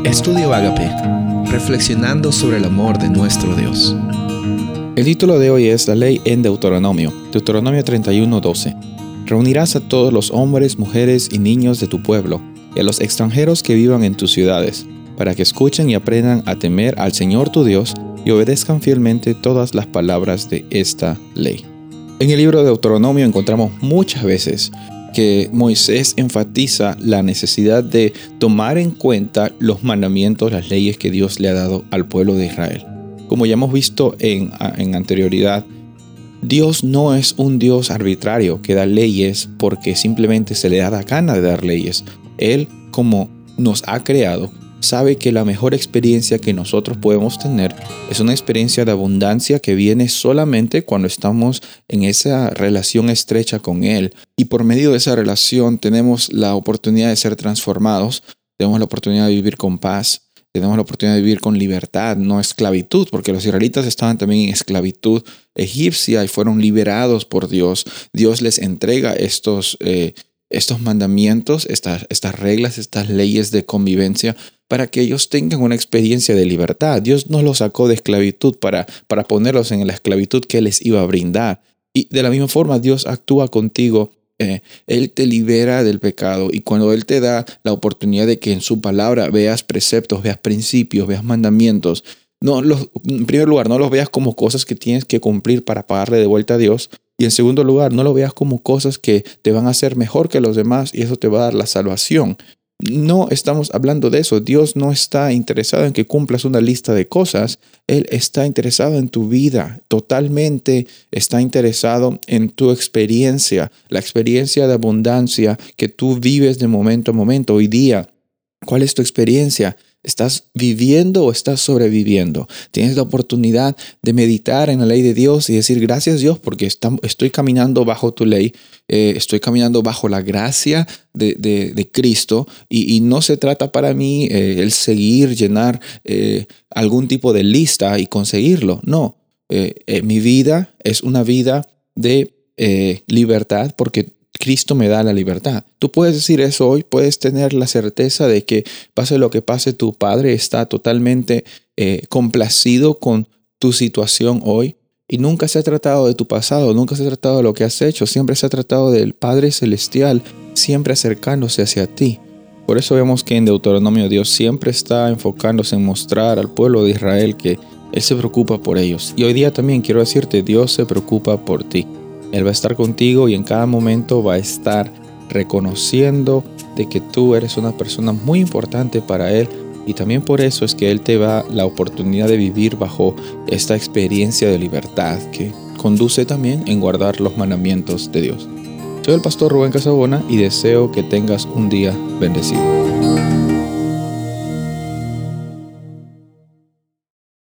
Estudio Ágape, reflexionando sobre el amor de nuestro Dios. El título de hoy es La ley en Deuteronomio, Deuteronomio 31:12. Reunirás a todos los hombres, mujeres y niños de tu pueblo, y a los extranjeros que vivan en tus ciudades, para que escuchen y aprendan a temer al Señor tu Dios, y obedezcan fielmente todas las palabras de esta ley. En el libro de Deuteronomio encontramos muchas veces que Moisés enfatiza la necesidad de tomar en cuenta los mandamientos, las leyes que Dios le ha dado al pueblo de Israel. Como ya hemos visto en anterioridad, Dios no es un Dios arbitrario que da leyes porque simplemente se le da la gana de dar leyes. Él, como nos ha creado, sabe que la mejor experiencia que nosotros podemos tener es una experiencia de abundancia que viene solamente cuando estamos en esa relación estrecha con Él. Y por medio de esa relación tenemos la oportunidad de ser transformados, tenemos la oportunidad de vivir con paz, tenemos la oportunidad de vivir con libertad, no esclavitud, porque los israelitas estaban también en esclavitud egipcia y fueron liberados por Dios. Dios les entrega estos mandamientos, estas reglas, estas leyes de convivencia para que ellos tengan una experiencia de libertad. Dios no los sacó de esclavitud para ponerlos en la esclavitud que Él les iba a brindar. Y de la misma forma Dios actúa contigo. Él te libera del pecado y cuando Él te da la oportunidad de que en su palabra veas preceptos, veas principios, veas mandamientos, en primer lugar, no los veas como cosas que tienes que cumplir para pagarle de vuelta a Dios. Y en segundo lugar, no lo veas como cosas que te van a hacer mejor que los demás y eso te va a dar la salvación. No estamos hablando de eso. Dios no está interesado en que cumplas una lista de cosas. Él está interesado en tu vida. Totalmente está interesado en tu experiencia. La experiencia de abundancia que tú vives de momento a momento. Hoy día, ¿cuál es tu experiencia? ¿Estás viviendo o estás sobreviviendo? Tienes la oportunidad de meditar en la ley de Dios y decir gracias Dios porque estoy caminando bajo tu ley, estoy caminando bajo la gracia de Cristo y no se trata para mí el seguir, llenar algún tipo de lista y conseguirlo. No, mi vida es una vida de libertad porque Cristo me da la libertad. Tú puedes decir eso hoy, puedes tener la certeza de que pase lo que pase, tu Padre está totalmente complacido con tu situación hoy. Y nunca se ha tratado de tu pasado, nunca se ha tratado de lo que has hecho, siempre se ha tratado del Padre Celestial, siempre acercándose hacia ti. Por eso vemos que en Deuteronomio Dios siempre está enfocándose en mostrar al pueblo de Israel que Él se preocupa por ellos. Y hoy día también quiero decirte, Dios se preocupa por ti. Él va a estar contigo y en cada momento va a estar reconociendo de que tú eres una persona muy importante para Él y también por eso es que Él te da la oportunidad de vivir bajo esta experiencia de libertad que conduce también en guardar los mandamientos de Dios. Soy el pastor Rubén Casabona y deseo que tengas un día bendecido.